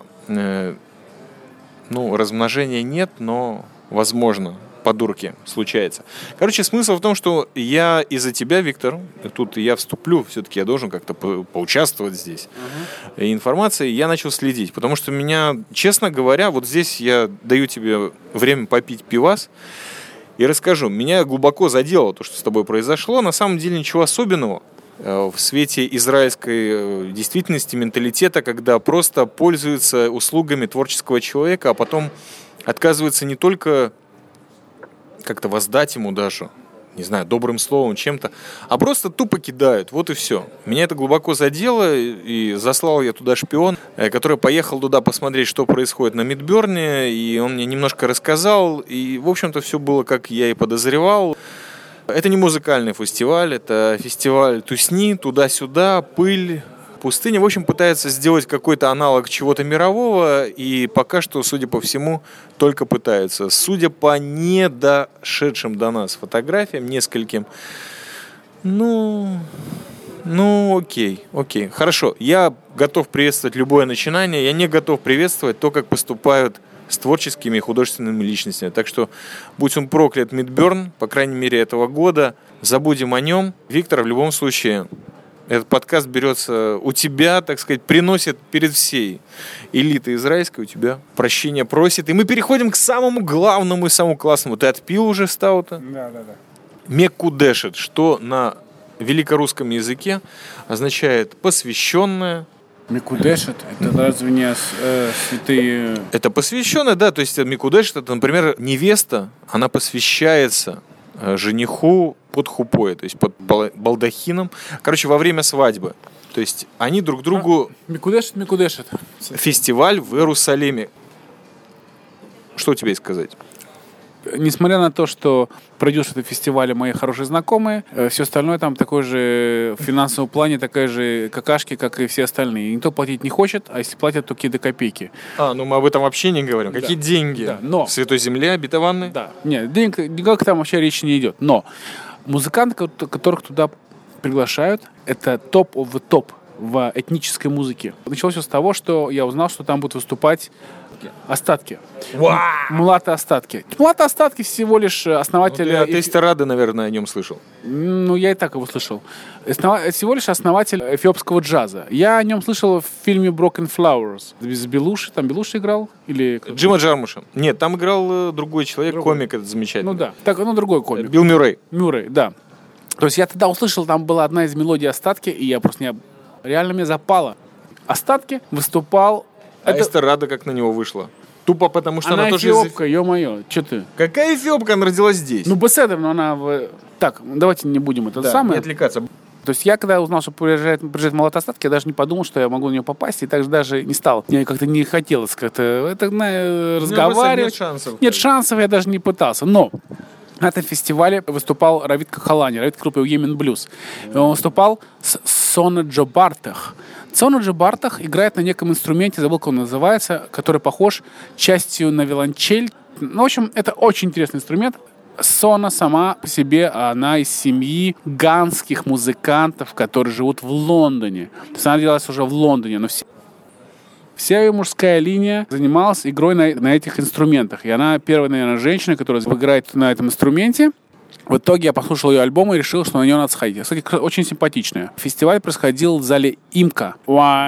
размножения нет, но возможно. По дурке случается. Короче, смысл в том, что я из-за тебя, Виктор, тут я вступлю, все-таки я должен как-то поучаствовать здесь. И информацией я начал следить, потому что меня, честно говоря, вот здесь я даю тебе время попить пивас, и расскажу. Меня глубоко задело то, что с тобой произошло. На самом деле ничего особенного в свете израильской действительности, менталитета, когда просто пользуются услугами творческого человека, а потом отказываются не только как-то воздать ему даже, не знаю, добрым словом, чем-то, а просто тупо кидают, вот и все. Меня это глубоко задело, и заслал я туда шпион, который поехал туда посмотреть, что происходит на Мидберне, и он мне немножко рассказал, и, в общем-то, все было, как я и подозревал. Это не музыкальный фестиваль, это фестиваль тусни, туда-сюда, пыль, пустыня. В общем, пытается сделать какой-то аналог чего-то мирового, и пока что, судя по всему, только пытаются. Судя по недошедшим до нас фотографиям, нескольким, окей, хорошо. Я готов приветствовать любое начинание, я не готов приветствовать то, как поступают с творческими и художественными личностями. Так что, будь он проклят, Мидберн, по крайней мере, этого года, забудем о нем. Виктор, в любом случае, этот подкаст берется у тебя, так сказать, приносит перед всей элитой израильской, у тебя прощения просит. И мы переходим к самому главному и самому классному. Ты отпил уже стаута? Да. Мекудешет, что на великорусском языке означает посвященное. Микудешет, это разве не святые... Это посвященное, да, то есть Микудешет, это, например, невеста, она посвящается жениху под хупой, то есть под балдахином, короче, во время свадьбы. То есть они друг другу... Микудешет. Фестиваль в Иерусалиме. Что тебе сказать? Несмотря на то, что продюсер этого фестиваля мои хорошие знакомые, все остальное там такой же в финансовом плане, такая же какашки, как и все остальные. Никто платить не хочет, а если платят, то какие-то копейки. Мы об этом вообще не говорим. Да. Какие деньги? Да, но... В Святой Земле обетованной? Да. Нет, денег никак там вообще речи не идет. Но музыканты, которых туда приглашают, это топ of the топ в этнической музыке. Началось все с того, что я узнал, что там будут выступать Остатки. Мулаты Остатки. Мулаты Остатки всего лишь основатель... Ты Эстерады, наверное, о нем слышал. Я и так его слышал. Всего лишь основатель эфиопского джаза. Я о нем слышал в фильме Broken Flowers. С Белуши. Там Белуши играл? Или... Джима Джармуша. Нет, там играл другой человек, комик этот замечательный. Другой комик. Билл Мюррей. Да. То есть я тогда услышал, там была одна из мелодий Остатки, и я просто реально мне запало. Остатки выступал... Эстерада как на него вышла? Тупо потому, что она тоже... Она эфиопка, ё-моё, что ты? Какая эфиопка? Она родилась здесь. Беседа, но она... Так, давайте не будем это самое. Не отвлекаться. То есть я, когда узнал, что приезжает Мулат Остатки, я даже не подумал, что я могу на нее попасть, и также даже не стал. Мне как-то не хотелось разговаривать. Нет шансов, я даже не пытался. Но на этом фестивале выступал Равид Кахалани, Равид группы Yemen Blues. Он выступал с Сона Джо Бартах. Сона Джо Бартах играет на неком инструменте, забыл, как он называется, который похож частью на виолончель. В общем, это очень интересный инструмент. Сона сама по себе, она из семьи ганских музыкантов, которые живут в Лондоне. То есть она родилась уже в Лондоне, но вся ее мужская линия занималась игрой на этих инструментах. И она первая, наверное, женщина, которая играет на этом инструменте. В итоге я послушал ее альбом и решил, что на нее надо сходить. Кстати, очень симпатичная. Фестиваль происходил в зале ИМКА.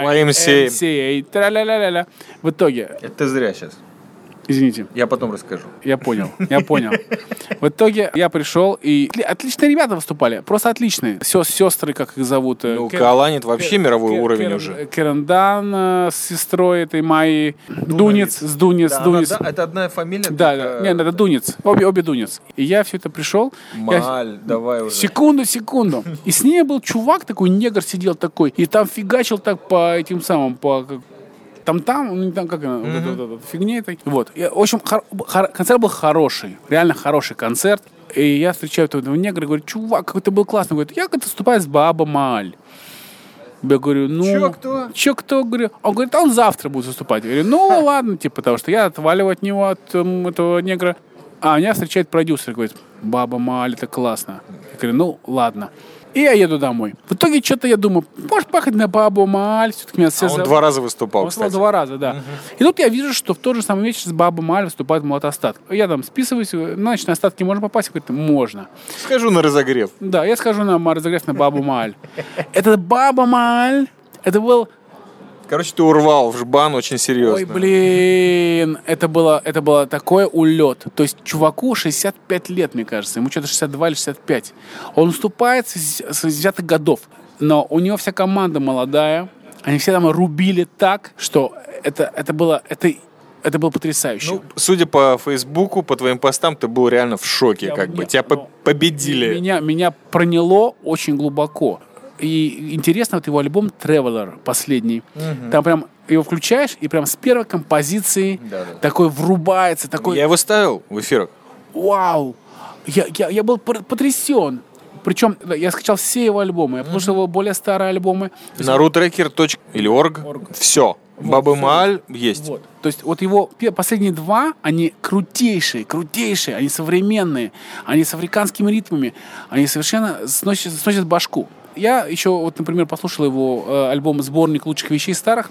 YMCA. В итоге... Это ты зря сейчас. Извините. Я потом расскажу. Я понял. В итоге я пришел, и отличные ребята выступали. Просто отличные. Сестры, как их зовут. Кааланит вообще мировой уровень уже. Керен Дан с сестрой этой Майи. Дунец. Это одна фамилия? Да. Нет, это Дунец. Обе Дунец. И я все это пришел. Маль, давай уже. Секунду. И с ней был чувак такой, негр сидел такой, и там фигачил так по этим самым, там, как фигня этой. Вот. И, в общем, концерт был хороший. Реально хороший концерт. И я встречаю этого негра и говорю: чувак, какой ты был классный. Он говорит: я как-то выступаю с Баба Мааль. Я говорю: Чё кто? Говорю, он говорит: он завтра будет выступать. Я говорю: ладно, потому что я отваливаю от него, от этого негра. А меня встречает продюсер и говорит: Баба Мааль, это классно. Я говорю: ладно. И я еду домой. В итоге что-то я думаю, может поехать на Бабу Мааль. Все-таки меня он 2 раза выступал, Он выступал 2 раза, да. И тут я вижу, что в тот же самый вечер с Бабу Мааль выступает Мулат Остатки. Я там списываюсь, значит, на Остатки можно попасть? Говорит: можно. Схожу на разогрев. Да, я схожу на разогрев на Бабу Мааль. Это Баба Мааль, это был Короче, ты урвал в жбан очень серьезно. Ой, блин, это было такой улет. То есть чуваку 65 лет, мне кажется, ему что-то 62 или 65. Он выступает с 80-х годов, но у него вся команда молодая, они все там рубили так, что это было потрясающе. Ну, судя по Фейсбуку, по твоим постам, ты был реально в шоке, тебя победили. Меня проняло очень глубоко. И интересно, вот его альбом Traveler последний. Там прям его включаешь, и прям с первой композиции такой врубается. Я его ставил в эфирах. Вау! Я был потрясен. Причем я скачал все его альбомы. Я послушал его более старые альбомы. На rootrecker. или org. Все. Баба Мааль есть. Вот. То есть вот его последние два, они крутейшие, они современные, они с африканскими ритмами, они совершенно сносят башку. Я еще, вот, например, послушал его альбом «Сборник лучших вещей старых»,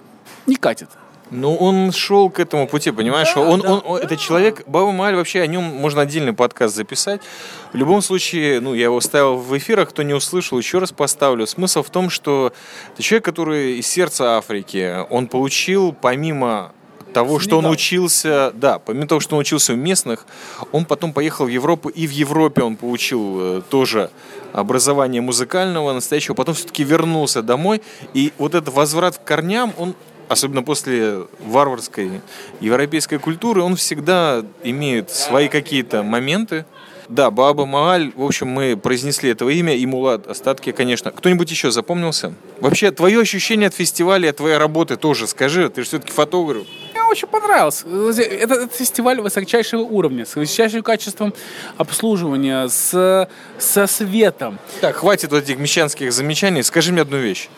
не катит. Ну, он шел к этому пути, понимаешь? Это человек, Баба Мааль, вообще о нем можно отдельный подкаст записать. В любом случае, я его ставил в эфирах, кто не услышал, еще раз поставлю. Смысл в том, что это человек, который из сердца Африки, он получил, помимо того, что он учился, помимо того, что он учился у местных, он потом поехал в Европу, и в Европе он получил тоже образование музыкального, настоящего, потом все-таки вернулся домой, и вот этот возврат к корням, он, особенно после варварской европейской культуры, он всегда имеет свои какие-то моменты. Да, Баба Мааль, в общем, мы произнесли этого имя, и Мулат остатки, конечно. Кто-нибудь еще запомнился? Вообще, твое ощущение от фестиваля, от твоей работы тоже скажи, ты же все-таки фотограф. Мне очень понравился. Это фестиваль высочайшего уровня, с высочайшим качеством обслуживания, со светом. Так, хватит вот этих мещанских замечаний. Скажи мне одну вещь.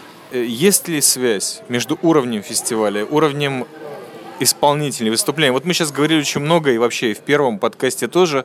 Есть ли связь между уровнем фестиваля, уровнем исполнителей, выступлений? Вот мы сейчас говорили очень много, и вообще и в первом подкасте тоже,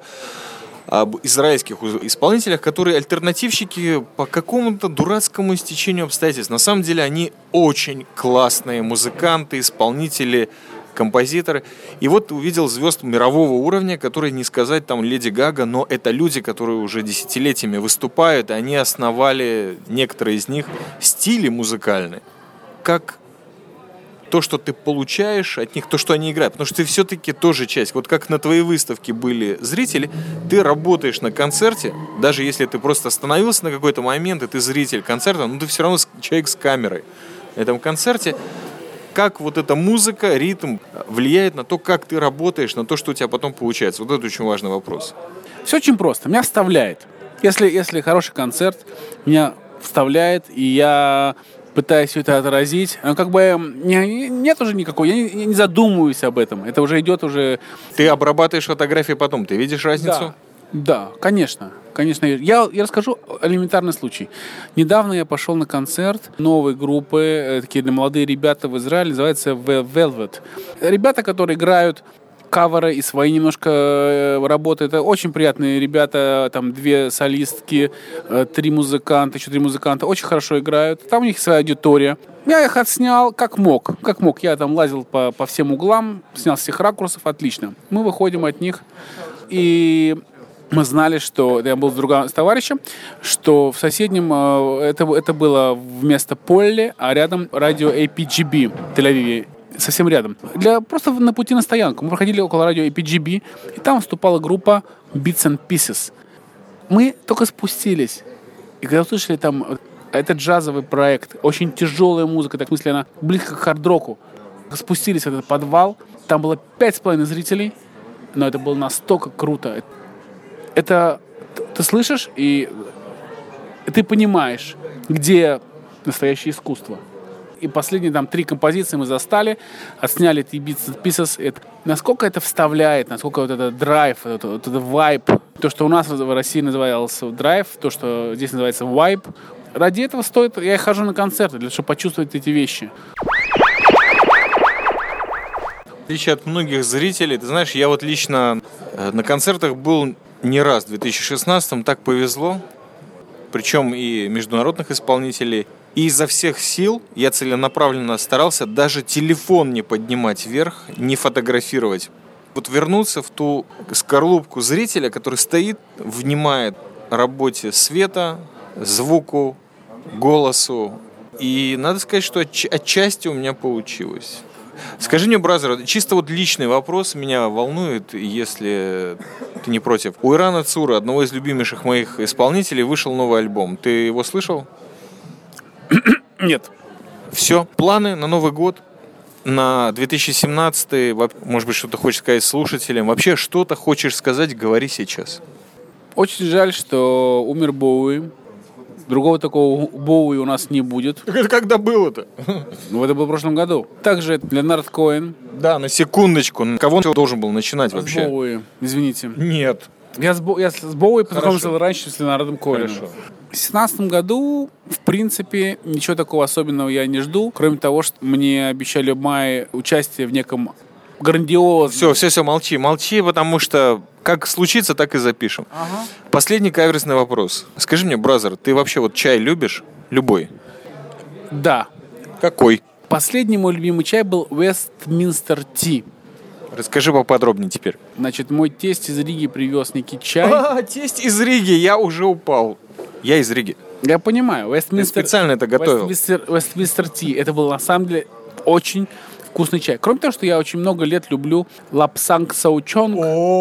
об израильских исполнителях, которые альтернативщики по какому-то дурацкому стечению обстоятельств. На самом деле они очень классные музыканты, исполнители, композиторы. И вот ты увидел звезд мирового уровня, которые, не сказать там Леди Гага, но это люди, которые уже десятилетиями выступают, и они основали, некоторые из них, стили музыкальные. Как то, что ты получаешь от них, то, что они играют. Потому что ты все-таки тоже часть. Вот как на твоей выставке были зрители, ты работаешь на концерте, даже если ты просто остановился на какой-то момент, и ты зритель концерта, но ты все равно человек с камерой на этом концерте. Как вот эта музыка, ритм влияет на то, как ты работаешь, на то, что у тебя потом получается. Вот это очень важный вопрос. Все очень просто. Меня вставляет. Если хороший концерт, меня вставляет, и я пытаюсь все это отразить. Как бы нет уже никакой, я не задумываюсь об этом. Это уже идет уже... Ты обрабатываешь фотографии потом, ты видишь разницу? Да, конечно. Я расскажу элементарный случай. Недавно я пошел на концерт новой группы, такие молодые ребята в Израиле, называется Velvet. Ребята, которые играют каверы и свои немножко работы. Это очень приятные ребята, там 2 солистки, 3 музыканта, еще 3 музыканта, очень хорошо играют. Там у них своя аудитория. Я их отснял как мог. Я там лазил по всем углам, снял с всех ракурсов, отлично. Мы выходим от них, и мы знали, что я был с товарищем, что в соседнем это было вместо Полли, а рядом радио APGB в Тель-Авиве. Совсем рядом. Просто на пути на стоянку. Мы проходили около радио APGB, и там выступала группа Bits and Pieces. Мы только спустились. И когда услышали там, это джазовый проект, очень тяжелая музыка, так в смысле она близко к хард-року. Спустились в этот подвал, там было 5,5 зрителей, но это было настолько круто. Это ты слышишь, и ты понимаешь, где настоящее искусство. И последние 3 композиции мы застали, отсняли эти Bits and Pieces. Насколько это вставляет, насколько вот этот драйв, вот этот вайб, то, что у нас в России назывался драйв, то, что здесь называется вайб. Ради этого стоит, я хожу на концерты, для того, чтобы почувствовать эти вещи. В отличие от многих зрителей, ты знаешь, я вот лично на концертах был не раз в 2016-м, так повезло, причем и международных исполнителей. И изо всех сил я целенаправленно старался даже телефон не поднимать вверх, не фотографировать. Вот вернуться в ту скорлупку зрителя, который стоит, внимает работе света, звуку, голосу, И надо сказать, что отчасти у меня получилось. Скажи мне, бразер, чисто вот личный вопрос меня волнует, если ты не против. У Ирана Цура, одного из любимейших моих исполнителей, вышел новый альбом. Ты его слышал? Нет. Все, планы на Новый год, на 2017, может быть, что-то хочешь сказать слушателям. Вообще, что-то хочешь сказать, говори сейчас. Очень жаль, что умер Боуи. Другого такого Боуи у нас не будет. Это когда было-то? Ну, это было в прошлом году. Также Леонард Коэн. Да, на секундочку. Кого он должен был начинать вообще? С Боуи, извините. Нет. Я с Боуи познакомился раньше с Леонардом Коэном. Хорошо. В 2017 году, в принципе, ничего такого особенного я не жду, кроме того, что мне обещали в мае участие в неком грандиозном... Все, молчи, потому что как случится, так и запишем. Ага. Последний каверзный вопрос. Скажи мне, бразер, ты вообще вот чай любишь? Любой? Да. Какой? Последний мой любимый чай был Westminster Tea. Расскажи поподробнее теперь. Значит, мой тесть из Риги привез некий чай. Тесть из Риги, я уже упал. Я из Риги. Я понимаю. Я специально это готовил. Westminster Tea. Это был, на самом деле, очень вкусный чай. Кроме того, что я очень много лет люблю Лапсанг Саучонг.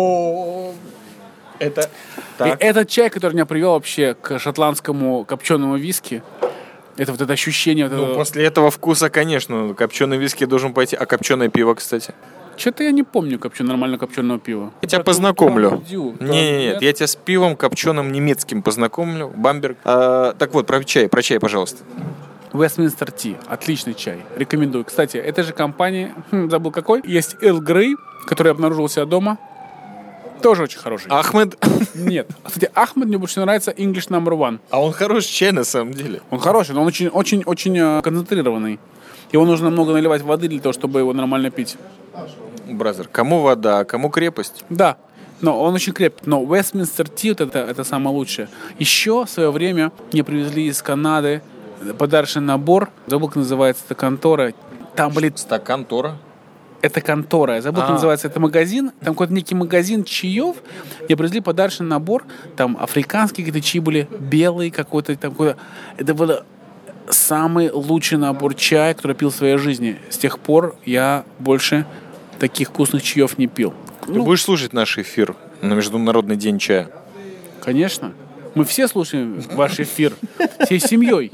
Это... И этот чай, который меня привел вообще к шотландскому копченому виски. Это вот это ощущение. Вот После этого вкуса, конечно, копченый виски должен пойти. А копченое пиво, кстати? Что-то я не помню нормально копченого пива. Я тебя познакомлю. Нет, я тебя с пивом копченым немецким познакомлю. Бамберг. Так вот, про чай, пожалуйста. Westminster Tea. Отличный чай. Рекомендую. Кстати, эта же компания, забыл какой, есть Earl Grey, который я обнаружил у себя дома. Тоже очень хороший. Ахмед? Нет. Кстати, Ахмед мне больше нравится English No. 1. А он хороший чай на самом деле. Он хороший, но он очень концентрированный. Его нужно много наливать воды для того, чтобы его нормально пить. Бразер, кому вода, кому крепость? Да, но он очень крепкий. Но Westminster Tea это самое лучшее. Еще в свое время мне привезли из Канады подарочный набор. Забыл, как называется эта контора. Там были... Стакан Тора? Это контора. Я забыл, как называется. Это магазин. Там какой-то некий магазин чаев. Мне привезли подарочный набор. Там африканские какие-то чаи были. Белые какой-то. Там какой-то... Это было самый лучший набор чая, который я пил в своей жизни. С тех пор я больше таких вкусных чаев не пил. Ты будешь слушать наш эфир на Международный день чая? Конечно. Мы все слушаем ваш эфир. Всей семьей.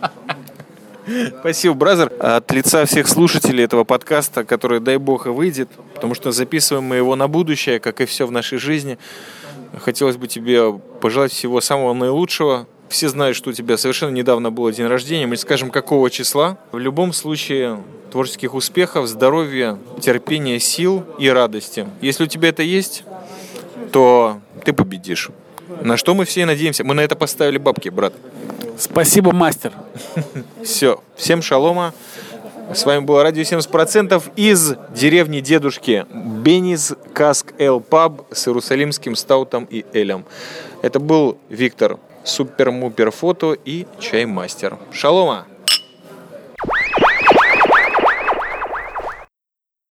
Спасибо, бразер. От лица всех слушателей этого подкаста, который, дай бог, и выйдет, потому что записываем мы его на будущее, как и все в нашей жизни, хотелось бы тебе пожелать всего самого наилучшего. Все знают, что у тебя совершенно недавно было день рождения. Мы не скажем, какого числа. В любом случае, творческих успехов, здоровья, терпения, сил и радости. Если у тебя это есть, то ты победишь. На что мы все и надеемся. Мы на это поставили бабки, брат. Спасибо, мастер. Все. Всем шалома. С вами было Радио 70% из деревни дедушки Бенис Каск Эл Паб с иерусалимским стаутом и элем. Это был Виктор, Супер-мупер фото и чаймастер. Шалома!